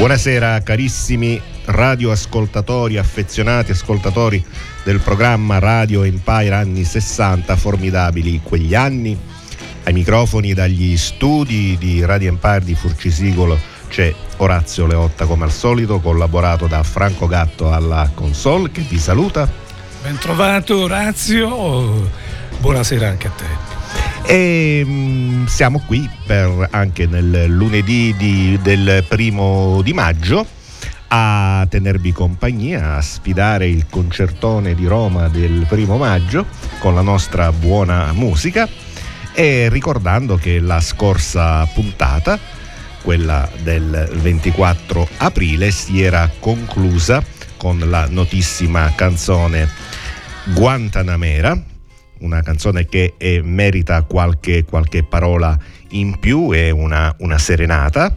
Buonasera carissimi radioascoltatori, affezionati ascoltatori del programma Radio Empire anni 60, formidabili quegli anni. Ai microfoni dagli studi di Radio Empire di Furcisicolo c'è Orazio Leotta come al solito, collaborato da Franco Gatto alla console, che vi saluta. Ben trovato Orazio, buonasera anche a te. E siamo qui per anche nel lunedì del 1 di maggio a tenervi compagnia, a sfidare il concertone di Roma del 1 maggio con la nostra buona musica, e ricordando che la scorsa puntata, quella del 24 aprile, si era conclusa con la notissima canzone Guantanamera, una canzone che merita qualche parola in più, è una serenata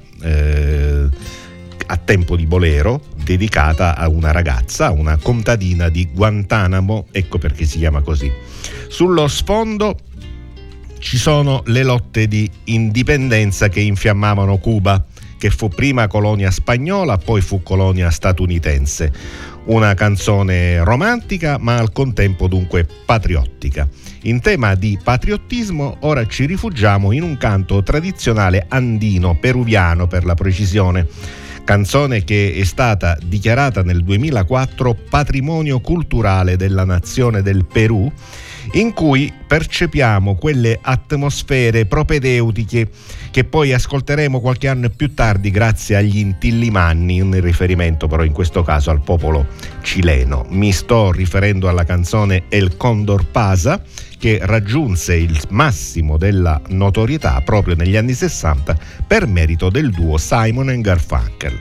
a tempo di bolero dedicata a una ragazza, una contadina di Guantanamo, ecco perché si chiama così. Sullo sfondo ci sono le lotte di indipendenza che infiammavano Cuba, che fu prima colonia spagnola, poi fu colonia statunitense. Una canzone romantica ma al contempo dunque patriottica. In tema di patriottismo ora ci rifugiamo in un canto tradizionale andino, peruviano per la precisione, canzone che è stata dichiarata nel 2004 patrimonio culturale della nazione del Perù, in cui percepiamo quelle atmosfere propedeutiche che poi ascolteremo qualche anno più tardi grazie agli Inti-Illimani, in riferimento però in questo caso al popolo cileno. Mi sto riferendo alla canzone El Condor Pasa, che raggiunse il massimo della notorietà proprio negli anni 60 per merito del duo Simon and Garfunkel.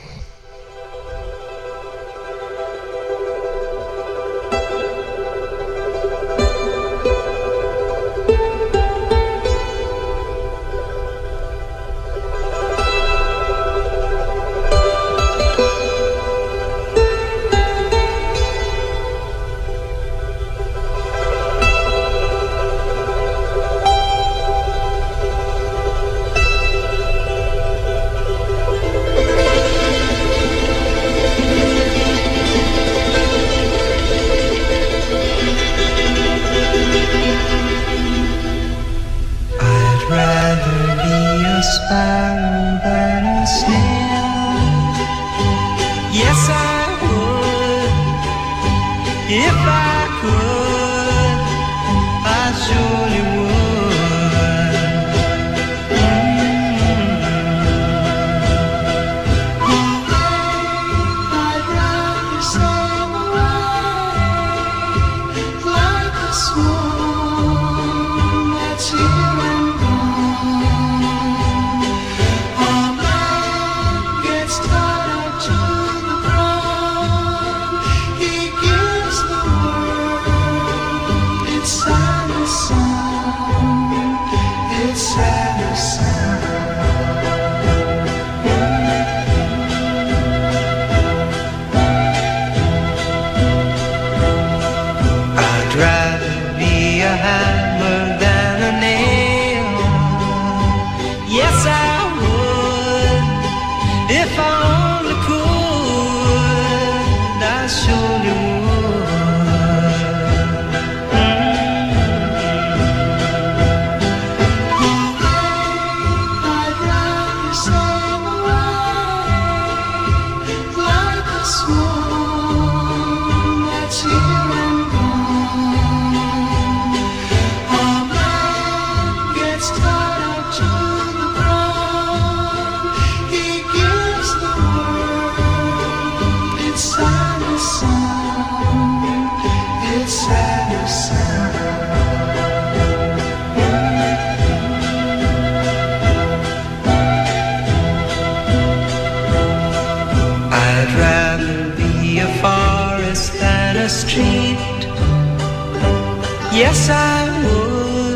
Yes, I would.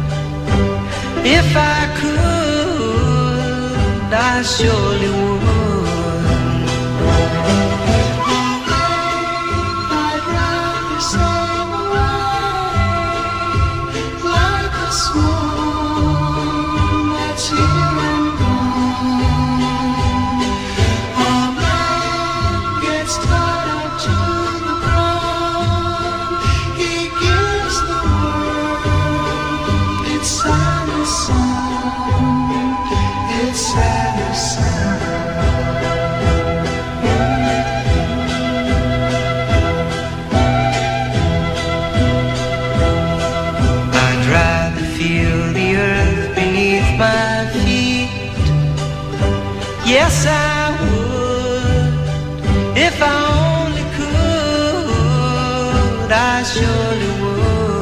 If I could, I surely would. I'd rather sail away like a swan that's here and gone. A gets tied to the ground, he gives the world its saddest sound, its saddest sound. I'd rather feel the earth beneath my feet. Yes, I would. If I only could, I surely would.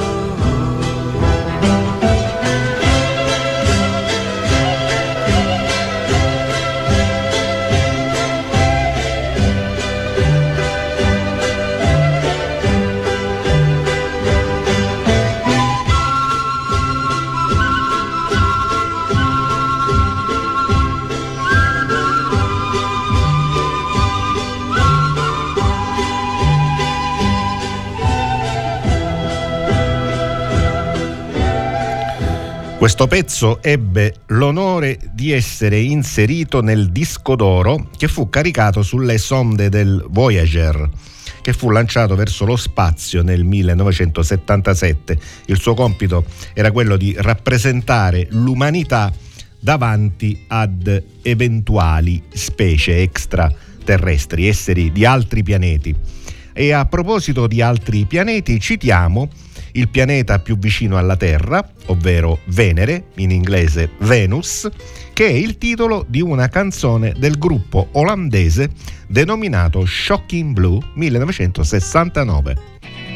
Questo pezzo ebbe l'onore di essere inserito nel disco d'oro che fu caricato sulle sonde del Voyager, che fu lanciato verso lo spazio nel 1977. Il suo compito era quello di rappresentare l'umanità davanti ad eventuali specie extraterrestri, esseri di altri pianeti. E a proposito di altri pianeti, citiamo il pianeta più vicino alla Terra, ovvero Venere, in inglese Venus, che è il titolo di una canzone del gruppo olandese denominato Shocking Blue 1969.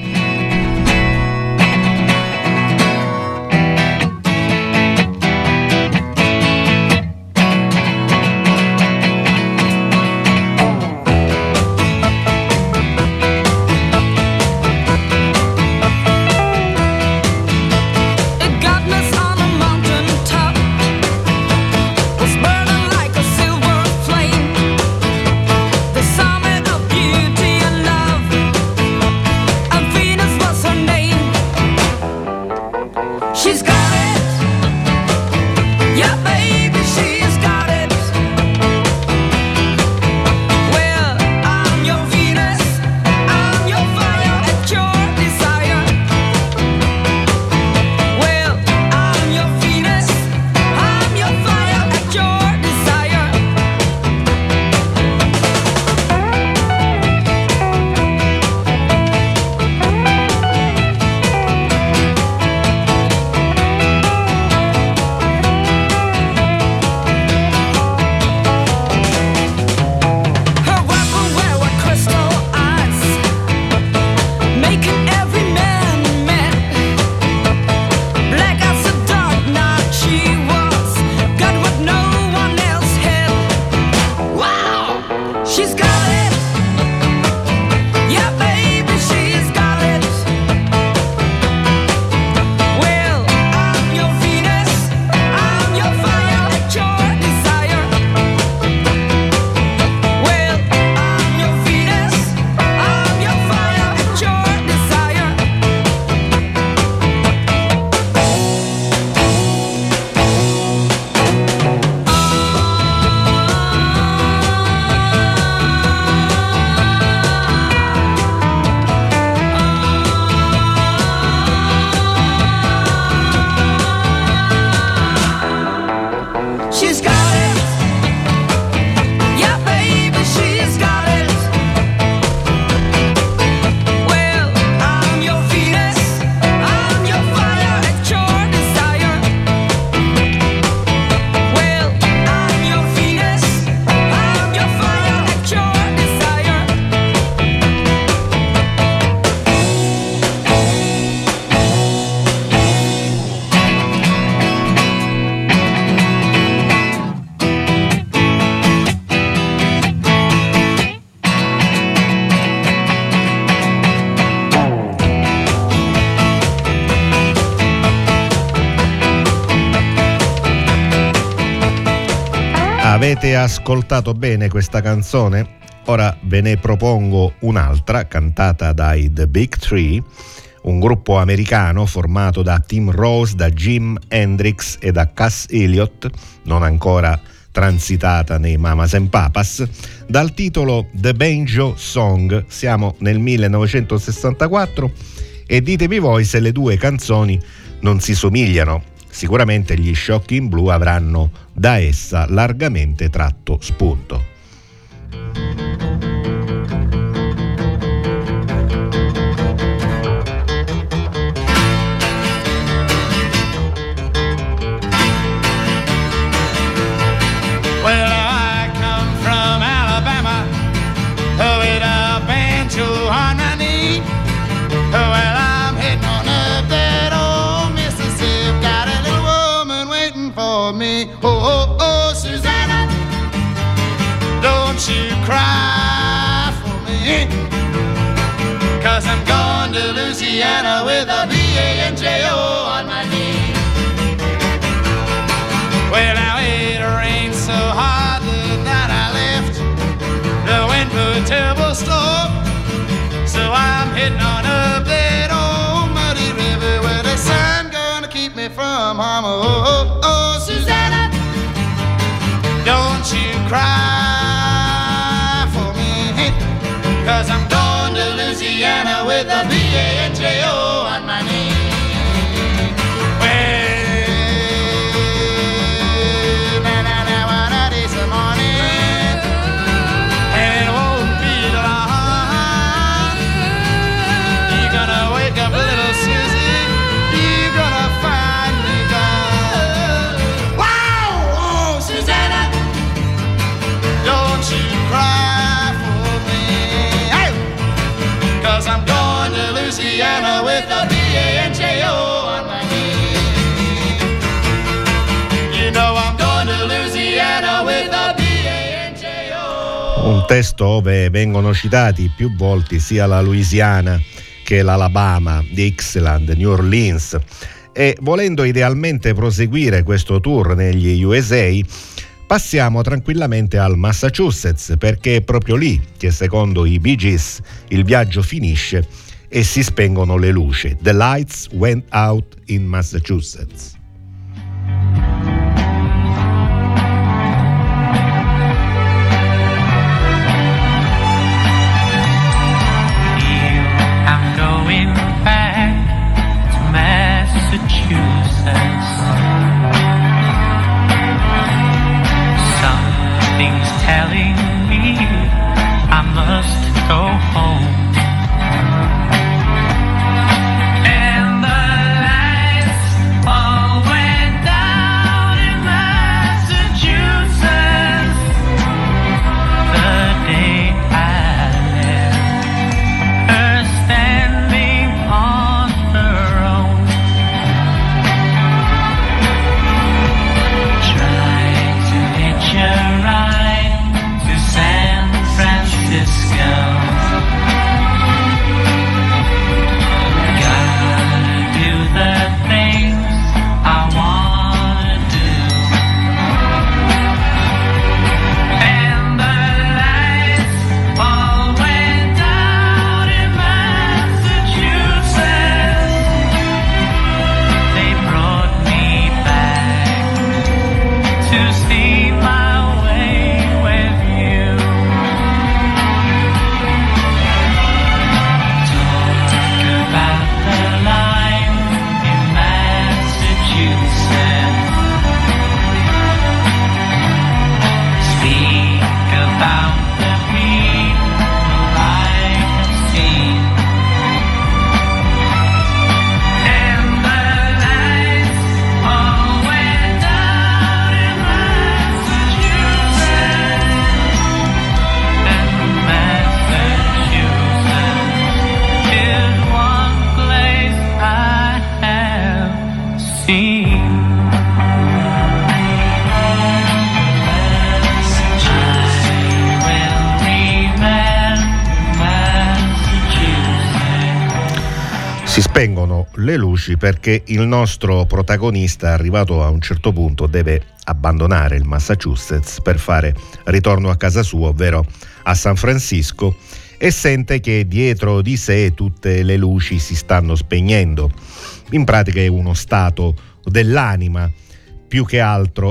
Avete ascoltato bene questa canzone? Ora ve ne propongo un'altra cantata dai The Big Three, un gruppo americano formato da Tim Rose, da Jim Hendrix e da Cass Elliot, non ancora transitata nei Mamas and Papas, dal titolo The Banjo Song. Siamo nel 1964 e ditemi voi se le due canzoni non si somigliano. Sicuramente gli Shocking Blue avranno da essa largamente tratto spunto. Cry for me, 'cause I'm going to Louisiana with a B-A-N-J-O on my knee. Well, now it rained so hard the night I left, the wind blew a terrible storm, so I'm heading on up that old muddy river where the sun gonna keep me from harm. Oh, Susanna, don't you cry, 'cause I'm going to Louisiana with a B-A-N-J-O on my knee. Well, now, one of these morning, and it won't be long, you're gonna wake up little Susie, you're gonna find me gone. Wow, oh, Susanna, don't you cry, 'cause I'm going to Louisiana with a B-A-N-J-O on my knee. You know I'm going to Louisiana with a B-A-N-J-O. Un testo dove vengono citati più volte sia la Louisiana che l'Alabama, Dixieland, New Orleans, e volendo idealmente proseguire questo tour negli USA passiamo tranquillamente al Massachusetts, perché è proprio lì che secondo i Bee Gees il viaggio finisce e si spengono le luci. The lights went out in Massachusetts. I'm going back to Massachusetts. Something's telling me I must go home. And the lights all went down in Massachusetts the day I left her standing on her own. Trying to hitch a ride to San Francisco. Gotta do the things I wanna do. And the lights all went down in Massachusetts. They brought me back to see my way with you. Talk about the life in Massachusetts. Speak about the people I have seen. And the lights all went down in Massachusetts. And Massachusetts is one place I have seen. I will remember Massachusetts. Si spengono le luci perché il nostro protagonista, arrivato a un certo punto, deve abbandonare il Massachusetts per fare ritorno a casa sua, ovvero a San Francisco, e sente che dietro di sé tutte le luci si stanno spegnendo. In pratica è uno stato dell'anima più che altro,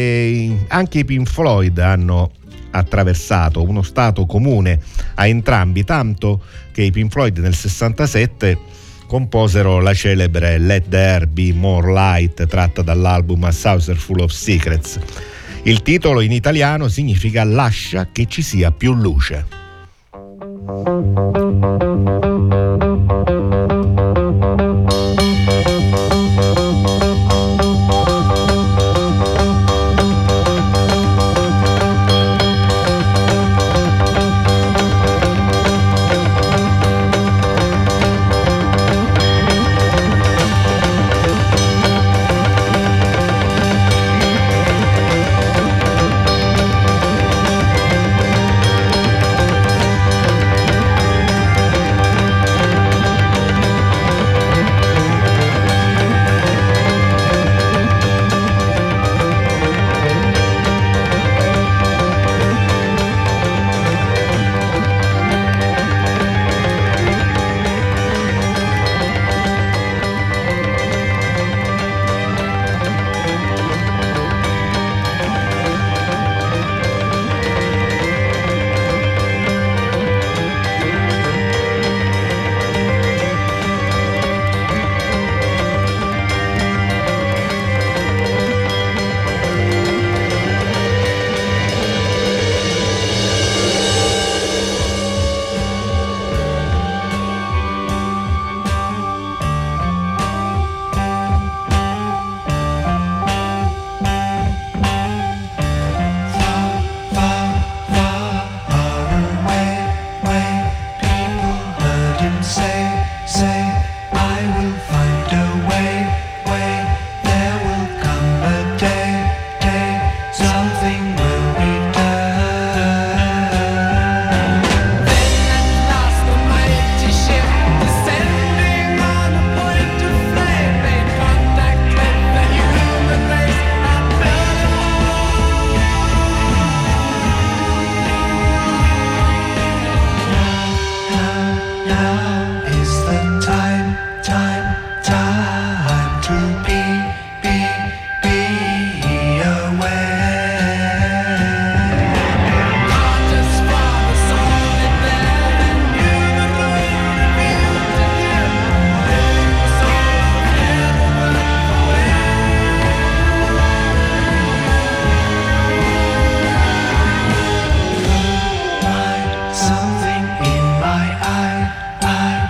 e anche i Pink Floyd hanno attraversato uno stato comune a entrambi, tanto che i Pink Floyd nel 67 composero la celebre Let There Be More Light, tratta dall'album A Saucer Full of Secrets. Il titolo in italiano significa Lascia che ci sia più luce. Something in my eye.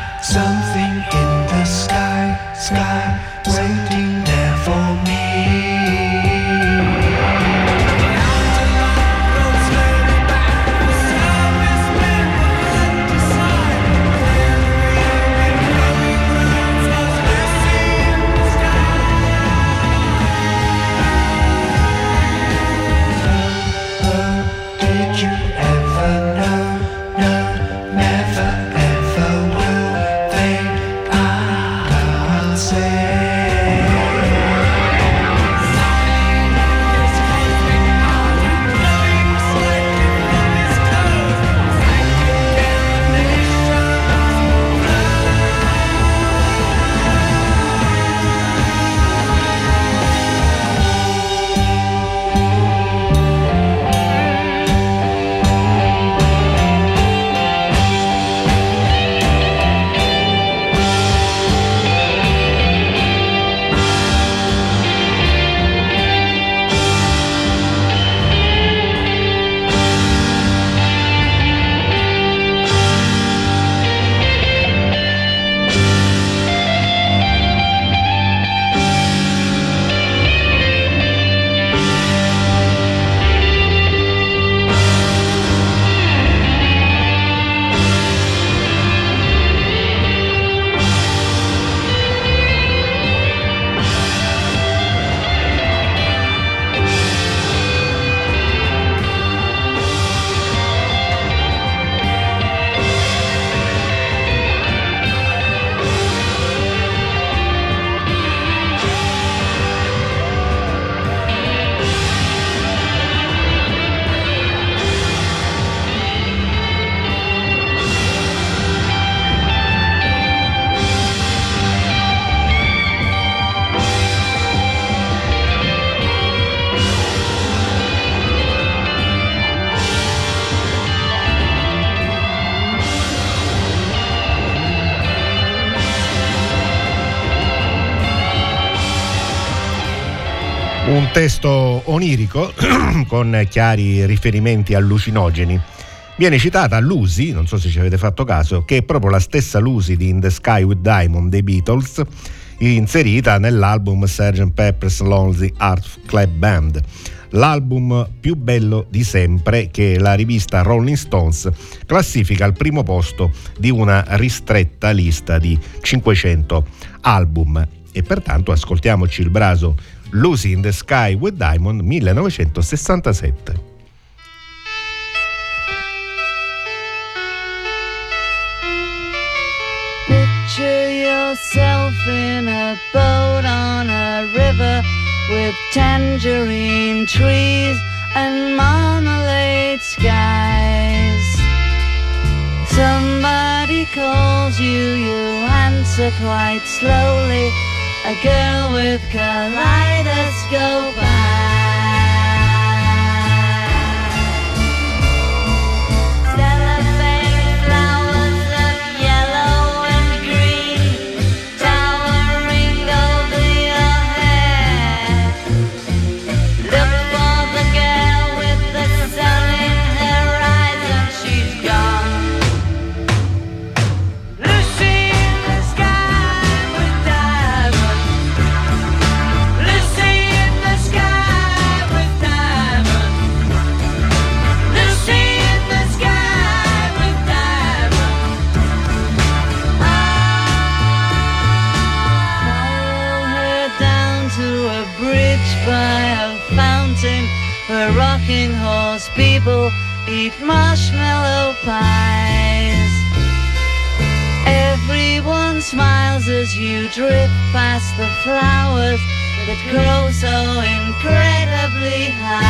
Un testo onirico con chiari riferimenti allucinogeni. Viene citata Lucy, non so se ci avete fatto caso, che è proprio la stessa Lucy di In the Sky with Diamond dei Beatles, inserita nell'album Sgt. Pepper's Lonely Hearts Club Band, l'album più bello di sempre che la rivista Rolling Stones classifica al primo posto di una ristretta lista di 500 album. E pertanto ascoltiamoci il brano Lucy in the Sky with Diamond 1967. Picture yourself in a boat on a river with tangerine trees and marmalade skies. Somebody calls you, you answer quite slowly. A girl with kaleidoscope eyes. Cellophane flowers of yellow and green towering over your head. Look for the girl with the sun in her eyes and she's gone. Lucy in the sky with diamonds. Lucy in the sky with diamonds. Lucy in the sky with diamonds. Follow her down to a bridge by a fountain where rocking horse people eat marshmallow pies. Everyone smiles as you drift past the flowers that grow so incredibly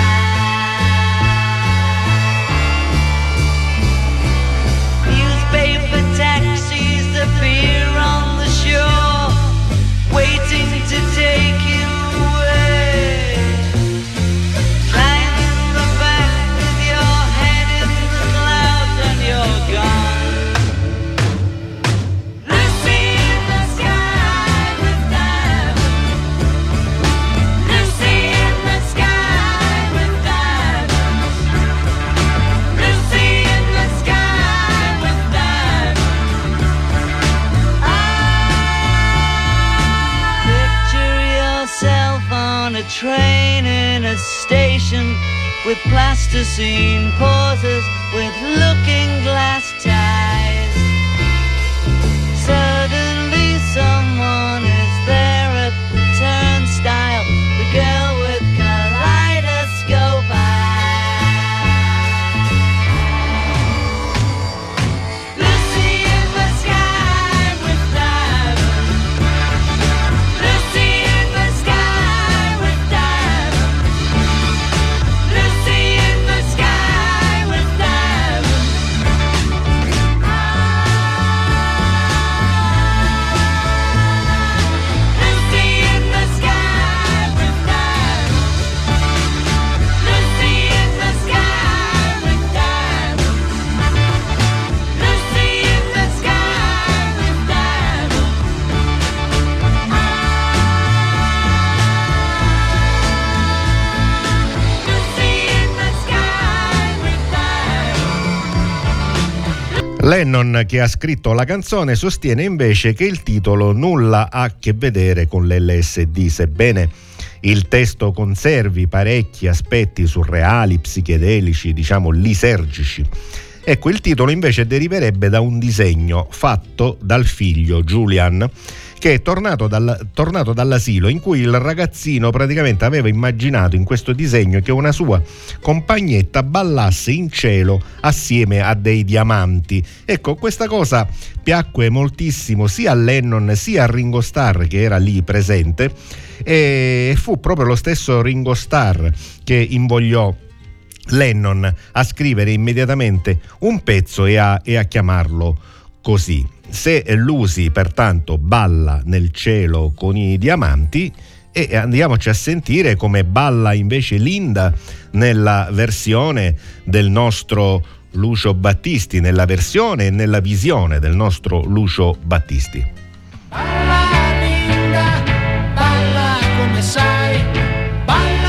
high. Newspaper taxis appear on the shore, waiting to take you away. Climb in the back with your head in the clouds and you're gone. Lucy in the sky with diamonds. Lucy in the sky with diamonds. Lucy in the sky with diamonds. Picture yourself on a train in a station with plasticine pauses with looking glass ties. Suddenly someone is there at the turnstile, the girl with kaleidoscope eyes. Lucy in the sky with diamonds. Lucy in the sky with diamonds. Lucy in the sky with diamonds. Lucy in the sky with diamonds. Lucy in the sky with diamonds. Lucy in the sky with diamonds. Lennon, che ha scritto la canzone, sostiene invece che il titolo nulla ha a che vedere con l'LSD, sebbene il testo conservi parecchi aspetti surreali, psichedelici, diciamo lisergici. Ecco, il titolo invece deriverebbe da un disegno fatto dal figlio Julian, che è tornato dall'asilo, in cui il ragazzino praticamente aveva immaginato in questo disegno che una sua compagnetta ballasse in cielo assieme a dei diamanti. Ecco, questa cosa piacque moltissimo sia a Lennon sia a Ringo Starr, che era lì presente, e fu proprio lo stesso Ringo Starr che invogliò Lennon a scrivere immediatamente un pezzo e a chiamarlo così. Se Lucy pertanto balla nel cielo con i diamanti, e andiamoci a sentire come balla invece Linda nella versione del nostro Lucio Battisti, nella versione e nella visione del nostro Lucio Battisti. Balla Linda, balla come sai, balla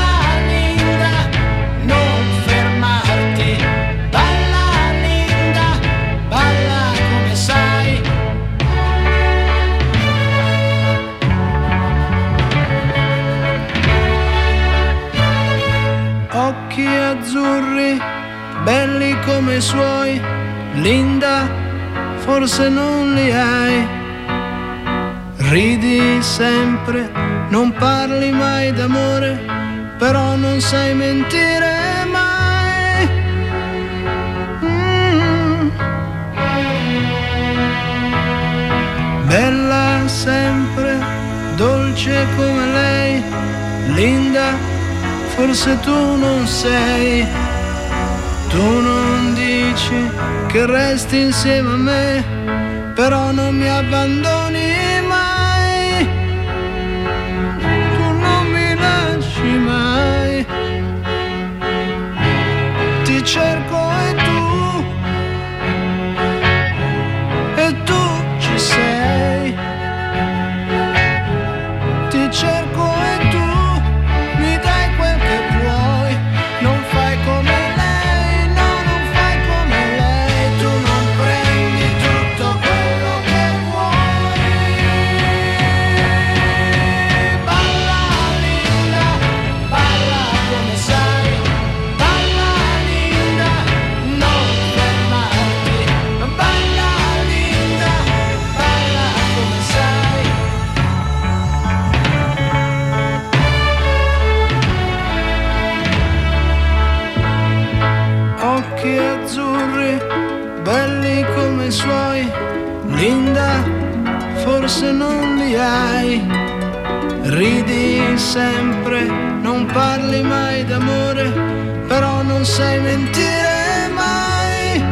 come i suoi, Linda, forse non li hai. Ridi sempre, non parli mai d'amore, però non sai mentire mai. Bella sempre, dolce come lei, Linda, forse tu non sei. Tu non dici che resti insieme a me, però non mi abbandoni mai. Tu non mi lasci mai. Ti cerco e tu ci sei. Ti cerco e tu mi dai quel che puoi. Non fai come lei, no, non fai come lei. Tu non prendi tutto quello che vuoi. Balla Linda, balla come sai. Balla Linda, non fermarti. Balla Linda, balla come sai. Occhi azzurri, belli come i suoi, Linda, forse non li hai. Ridi sempre, non parli mai d'amore, però non sai mentire mai.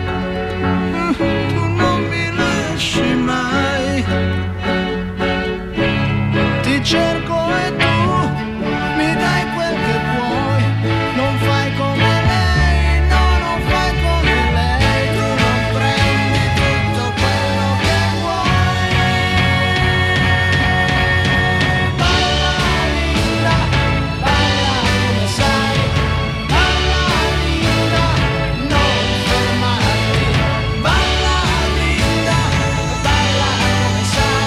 Tu non mi lasci mai. Ti cerco e tu mi dai quel che puoi. Non fai come lei, no, non fai come lei. Tu non prendi tutto quello che vuoi. Balla Linda, balla come sai. Balla Linda, non fermarti. Balla Linda, balla come sai.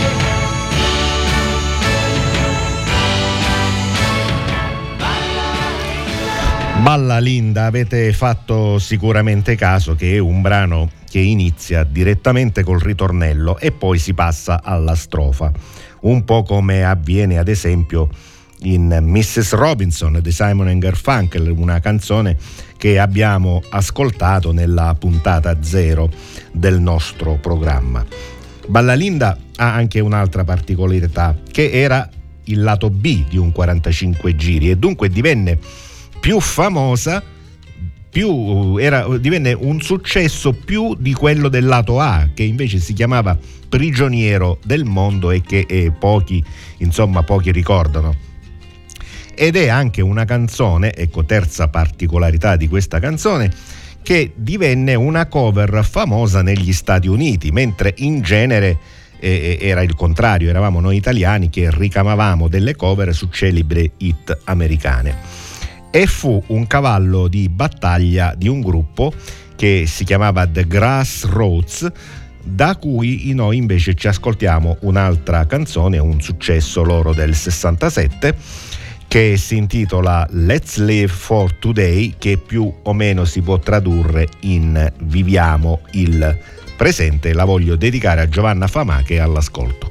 Balla Linda, avete fatto sicuramente caso che è un brano che inizia direttamente col ritornello e poi si passa alla strofa, un po' come avviene ad esempio in Mrs. Robinson di Simon & Garfunkel, una canzone che abbiamo ascoltato nella puntata 0 del nostro programma. Balla Linda ha anche un'altra particolarità, che era il lato B di un 45 giri e dunque divenne più famosa, divenne un successo più di quello del lato A, che invece si chiamava Prigioniero del mondo e che pochi ricordano. Ed è anche una canzone, ecco, terza particolarità di questa canzone, che divenne una cover famosa negli Stati Uniti, mentre in genere era il contrario, eravamo noi italiani che ricamavamo delle cover su celebri hit americane. E fu un cavallo di battaglia di un gruppo che si chiamava The Grassroots, da cui noi invece ci ascoltiamo un'altra canzone, un successo loro del 67, che si intitola Let's Live for Today, che più o meno si può tradurre in Viviamo il presente. La voglio dedicare a Giovanna Famà, che è all'ascolto.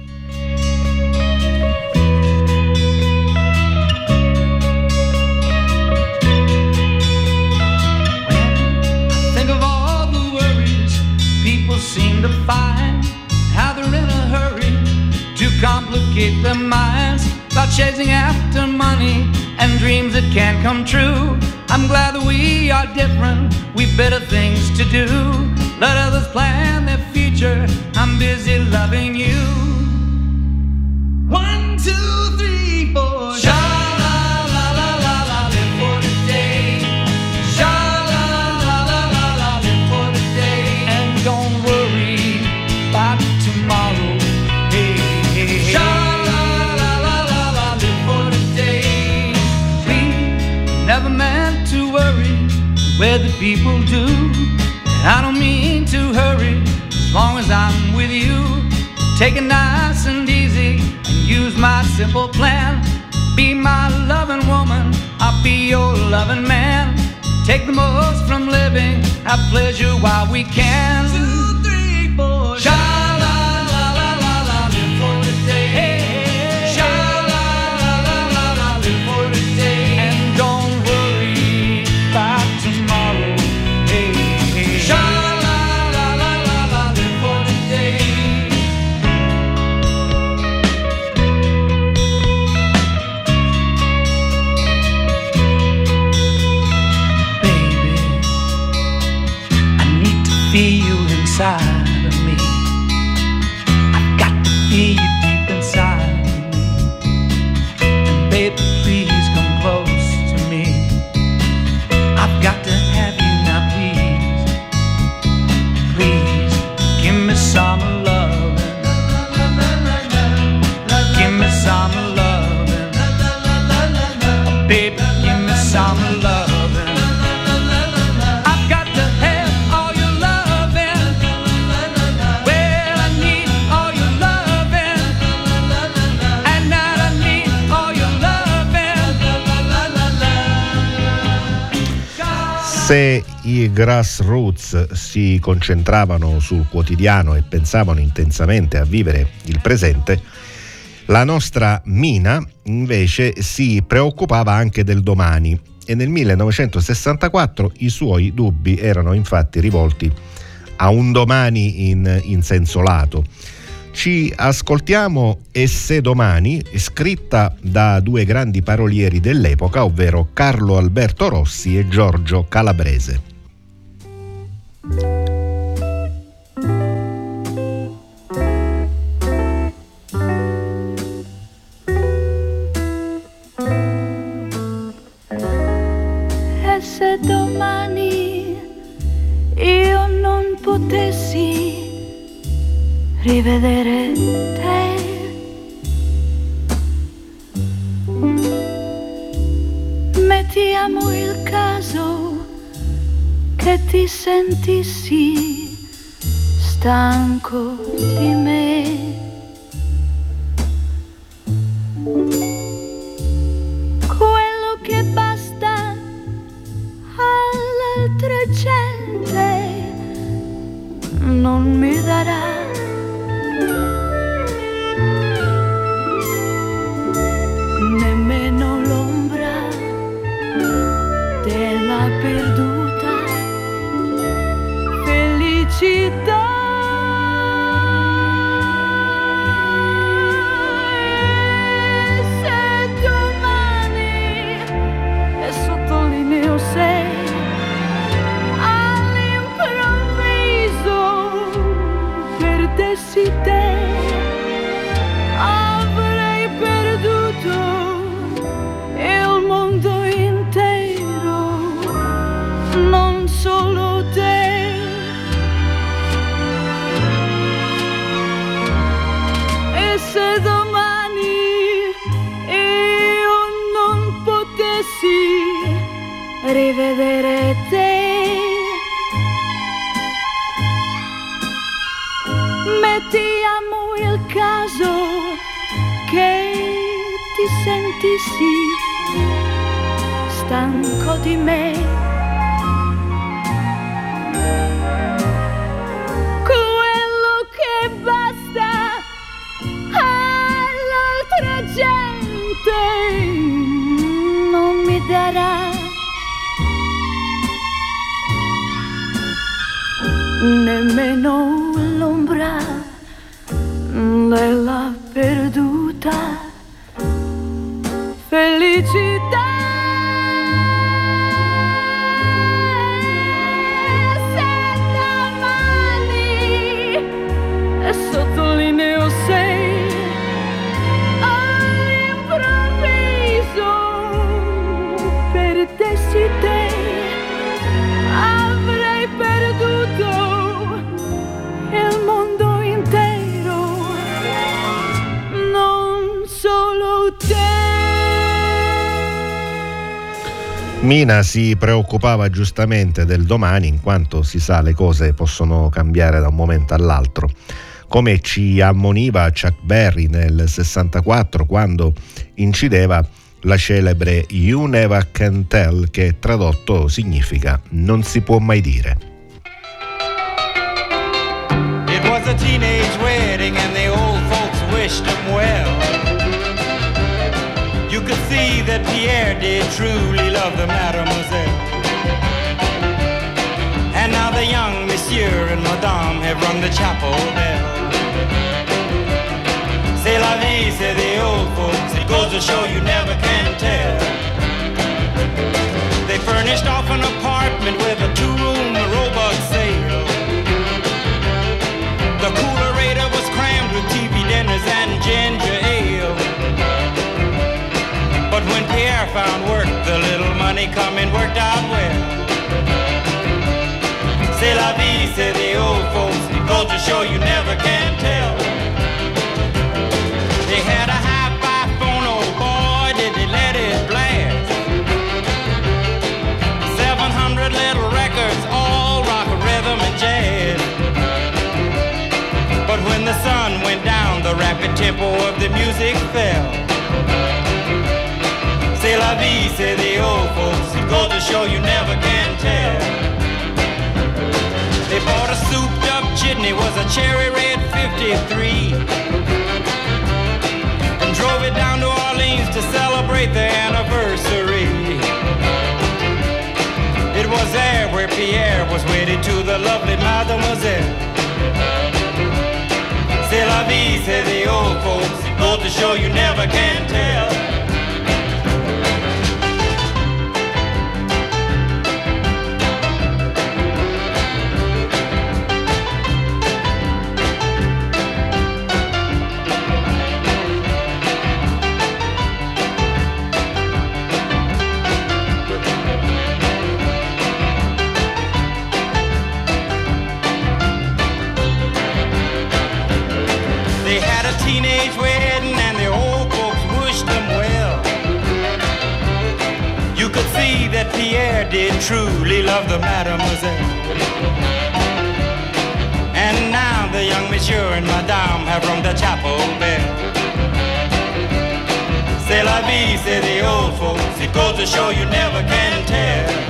Seem to find how they're in a hurry to complicate their minds about chasing after money and dreams that can't come true. I'm glad that we are different, we've better things to do. Let others plan their future, I'm busy loving you. 1, 2, 3, 4. Sha-la-la-la-la-la, live for today. Sha-la-la-la-la-la, live for today. And don't worry about tomorrow. Hey, hey, hey. Sha-la-la-la-la-la, live for today. We never meant to worry where the people do. And I don't mean to hurry as long as I'm with you. Take it nice and easy and use my simple plan. Be my loving woman, I'll be your loving man. Take the most from living, have pleasure while we can. 2, 3, 4. Sha la la la la la, live for today. Hey, sha la la la la la, live for today. And don't worry about tomorrow. Hey, hey. Sha la la la la la, live for today. Feel you inside of me. I've got to feel you deep inside of me. And baby, please come close to me. I've got to have you now, please. Please, give me some loving. Give me some loving. Baby, give me some loving. Se i Grassroots si concentravano sul quotidiano e pensavano intensamente a vivere il presente, la nostra Mina invece si preoccupava anche del domani e nel 1964 i suoi dubbi erano infatti rivolti a un domani in senso lato. Ci ascoltiamo E se domani, scritta da due grandi parolieri dell'epoca, ovvero Carlo Alberto Rossi e Giorgio Calabrese. E se domani io non potessi rivedere te, mettiamo il caso che ti sentissi stanco di me. Quello che basta all'altra gente non mi darà. Nemmeno l'ombra della perduta felicità. E se domani, e sottolineo se, all'improvviso perdessi te, avrei perduto il mondo intero, non solo te. E se domani io non potessi rivedere te, mettiamo il caso che ti sentissi stanco di me. Quello che basta all'altra gente non mi darà. Nemmeno l'ombra della perduta felicità. Se domani, e sottolineo se, all'improvviso perdessi te, avrei perduto il mondo intero, non solo te. Mina si preoccupava giustamente del domani, in quanto si sa le cose possono cambiare da un momento all'altro. Come ci ammoniva Chuck Berry nel 64 quando incideva la celebre You Never Can Tell, che tradotto significa non si può mai dire. It was a teenage wedding and the old folks wished him well. You could see that Pierre did truly love the mademoiselle. And now the young monsieur and madame have rung the chapel bell. C'est la vie, say the old folks, it goes to show you never can tell. They furnished off an apartment with a 2-room robot sale. The coolerator was crammed with TV dinners and ginger ale. But when Pierre found work, the little money coming worked out well. C'est la vie, say the old folks, it goes to show you never can tell. They had a hi-fi phone, oh boy, did they let it blast. 700 little records, all rock, rhythm, and jazz. But when the sun went down, the rapid tempo of the music fell. C'est la vie, say the old folks, it goes to show you never can tell. They bought a souped-up jitney, was a cherry red 53, and drove it down to Orleans to celebrate their anniversary. It was there where Pierre was wedded to the lovely mademoiselle. C'est la vie, say the old folks, it goes to show you never can tell. Teenage wedding and the old folks wished them well. You could see that Pierre did truly love the mademoiselle. And now the young monsieur and madame have rung the chapel bell. C'est la vie, say the old folks, it goes to show you never can tell.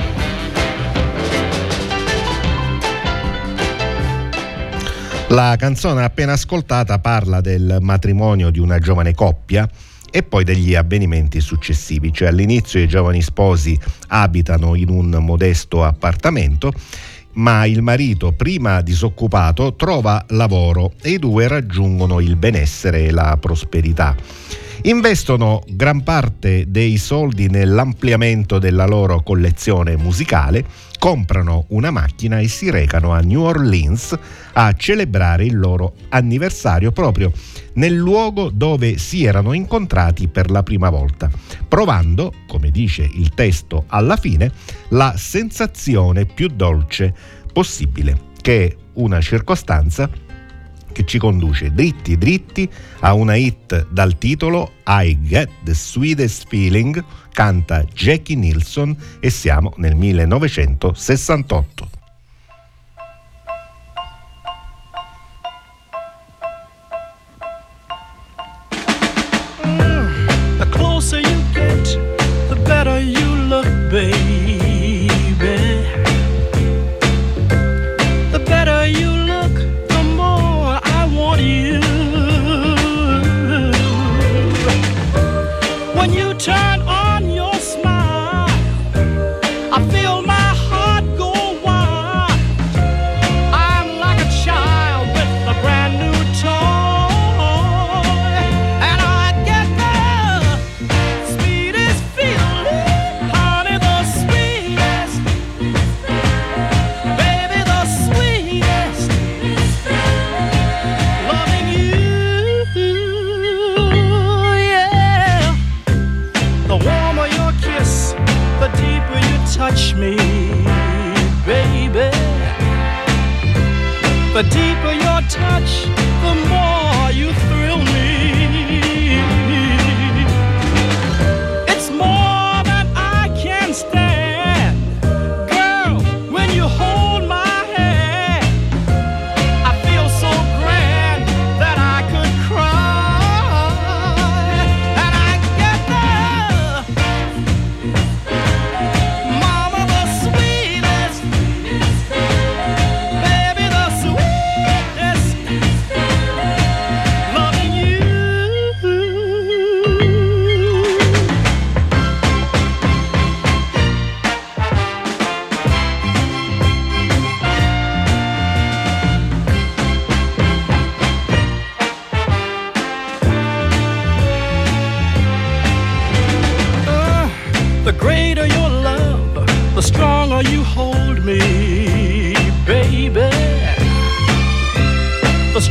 La canzone appena ascoltata parla del matrimonio di una giovane coppia e poi degli avvenimenti successivi. Cioè, all'inizio i giovani sposi abitano in un modesto appartamento, ma il marito, prima disoccupato, trova lavoro e i due raggiungono il benessere e la prosperità. Investono gran parte dei soldi nell'ampliamento della loro collezione musicale, comprano una macchina e si recano a New Orleans a celebrare il loro anniversario proprio nel luogo dove si erano incontrati per la prima volta, provando, come dice il testo alla fine, la sensazione più dolce possibile, che è una circostanza che ci conduce dritti dritti a una hit dal titolo I Get the Sweetest Feeling, canta Jackie Nilsson e siamo nel 1968. The closer you get, the better you look, baby. The better you look, the more I want you. When you turn on your smile, I feel my heart go wild.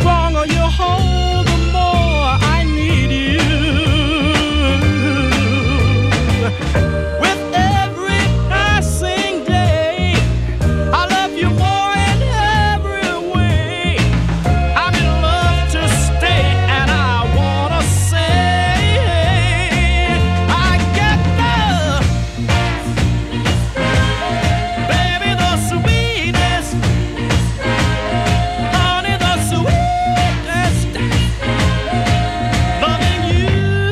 longer you hold, the more I need you. With every passing day, I love you more in every way. I'm in love to stay, and I wanna say I get the baby, the sweetest, honey, the sweetest, loving you.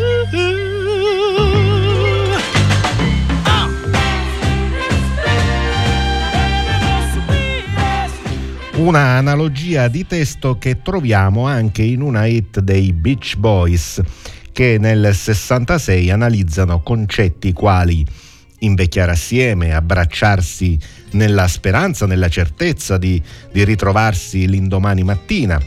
Una analogia di testo che troviamo anche in una hit dei Beach Boys, che nel 66 analizzano concetti quali invecchiare assieme, abbracciarsi nella speranza, nella certezza di ritrovarsi l'indomani mattina,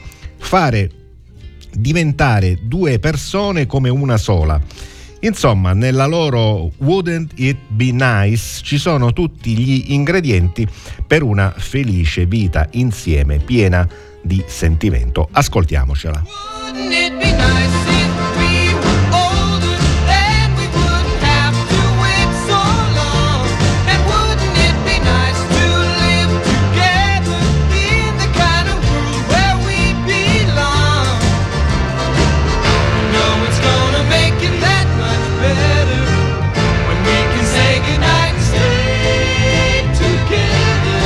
diventare due persone come una sola. Insomma, nella loro Wouldn't It Be Nice ci sono tutti gli ingredienti per una felice vita insieme, piena di sentimento. Ascoltiamocela. Wouldn't it be nice if we were older, then we wouldn't have to wait so long? And wouldn't it be nice to live together in the kind of world where we belong? No, it's gonna make it that much better when we can say goodnight and stay together.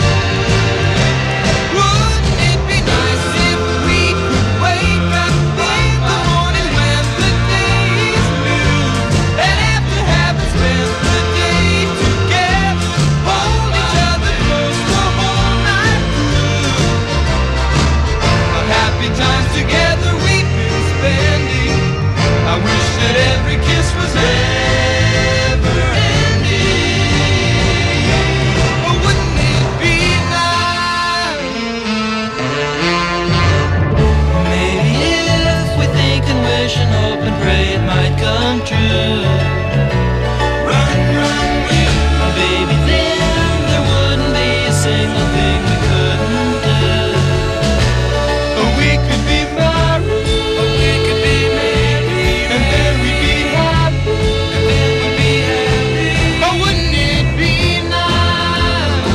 Wouldn't it be nice if we could wake up in the morning when the day is new, and after having spent the day together, hold each other close the whole night through? What happy times together we've been spending. I wish that every kiss was never ending. But wouldn't it be nice? Maybe if we think and wish and hope and pray it might come true. Run, run, you, baby, then there wouldn't be a single thing we couldn't do. We could be married, and then we'd be happy, But wouldn't it be nice?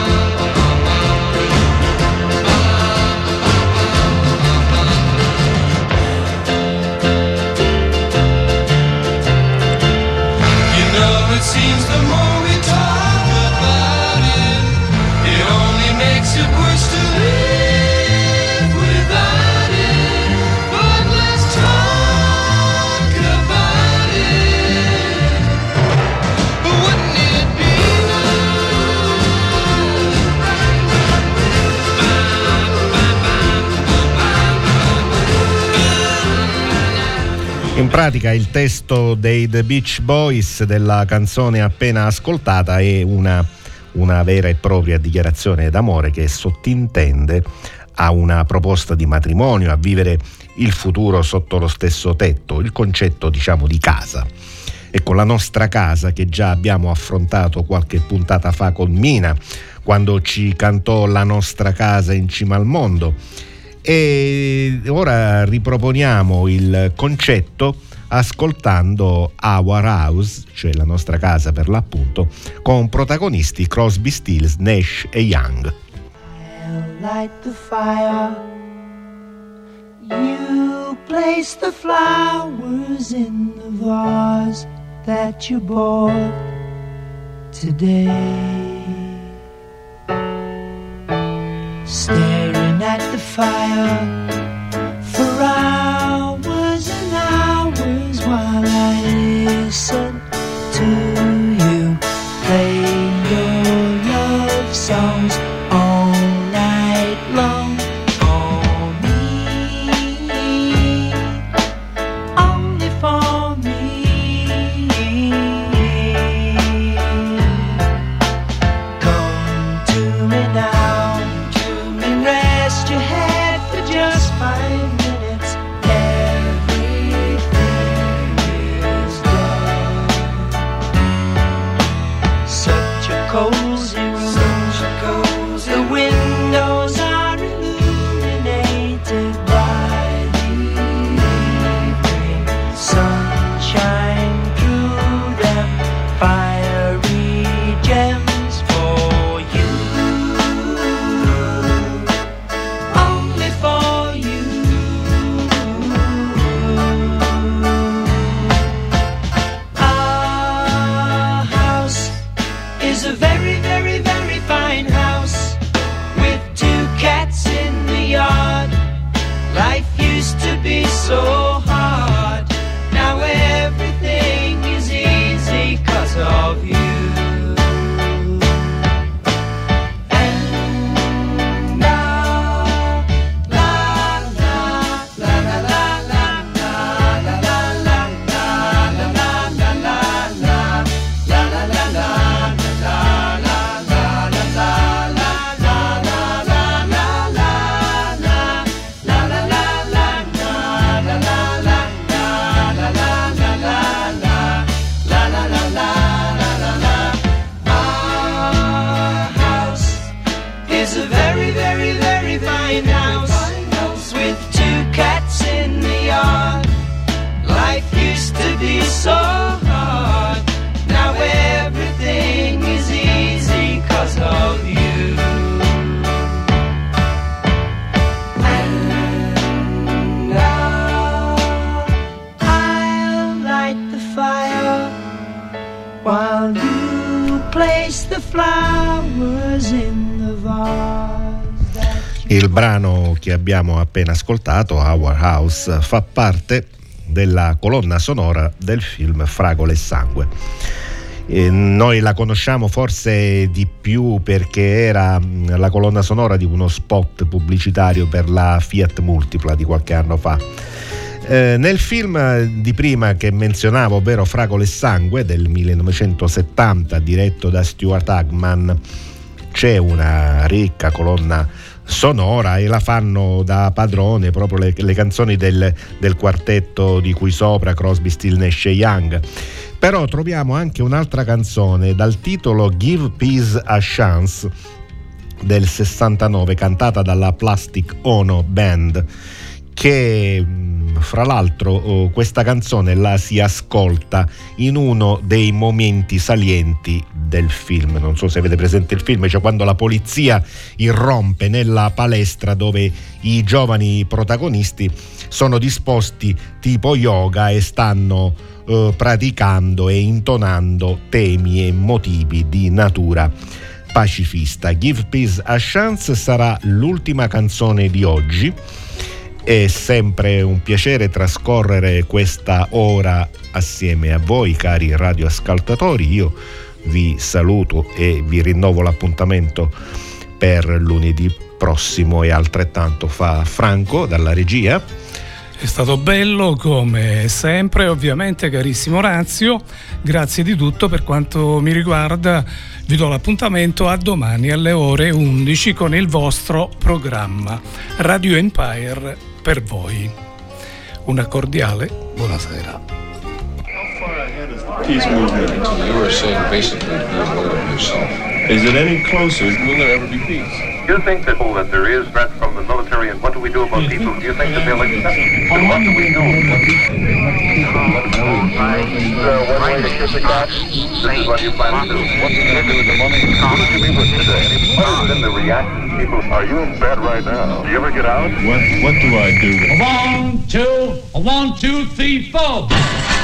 You know, it seems the more we talk about it, it only makes it worse to live without it. But let's talk about it. But wouldn't it be In pratica il testo dei The Beach Boys della canzone appena ascoltata è una vera e propria dichiarazione d'amore che sottintende a una proposta di matrimonio, a vivere il futuro sotto lo stesso tetto, il concetto, diciamo, di casa. Ecco, la nostra casa che già abbiamo affrontato qualche puntata fa con Mina, quando ci cantò La nostra casa in cima al mondo. E ora riproponiamo il concetto ascoltando Our House, cioè la nostra casa per l'appunto, con protagonisti Crosby, Stills, Nash e Young. I'll light the fire. You place the flowers in the vase that you bought today. Staring at the fire for hours and hours while I listen to you play your love songs all night long. For me, only for me. Come to me now, rest your head for just so hard. Now everything is easy 'cause of you. So hard. Now everything is easy 'cause of you. And now I'll light the fire while you place the flowers in the vase. Il brano che abbiamo appena ascoltato, Our House, fa parte della colonna sonora del film Fragole e Sangue. Noi la conosciamo forse di più perché era la colonna sonora di uno spot pubblicitario per la Fiat Multipla di qualche anno fa. Nel film di prima che menzionavo, ovvero Fragole e Sangue del 1970, diretto da Stuart Hagman, c'è una ricca colonna sonora e la fanno da padrone proprio le canzoni del quartetto di cui sopra, Crosby, Still, Nash & Young. Però troviamo anche un'altra canzone dal titolo Give Peace a Chance del 69, cantata dalla Plastic Ono Band, che fra l'altro questa canzone la si ascolta in uno dei momenti salienti del film. Non so se avete presente il film, cioè quando la polizia irrompe nella palestra dove i giovani protagonisti sono disposti tipo yoga e stanno praticando e intonando temi e motivi di natura pacifista. Give Peace a Chance sarà l'ultima canzone di oggi. È sempre un piacere trascorrere questa ora assieme a voi, cari radioascoltatori. Io vi saluto e vi rinnovo l'appuntamento per lunedì prossimo, e altrettanto fa Franco dalla regia. È stato bello come sempre, ovviamente, carissimo Orazio. Grazie di tutto. Per quanto mi riguarda, vi do l'appuntamento a domani alle ore 11 con il vostro programma Radio Empire per voi. Una cordiale buonasera. Peace movement. You were saying basically to be a vote of yourself. Is it any closer? Will there ever be peace? You think that there is threat from the military, and what do we do about people? Do you think that they'll accept it? And what do we do? This is what you plan to do. What are you going to do with the money? How did you leave us today? What has been the reaction? People, are you in bed right now? Do you ever get out? What do I do? A 1, 2, 3, 4.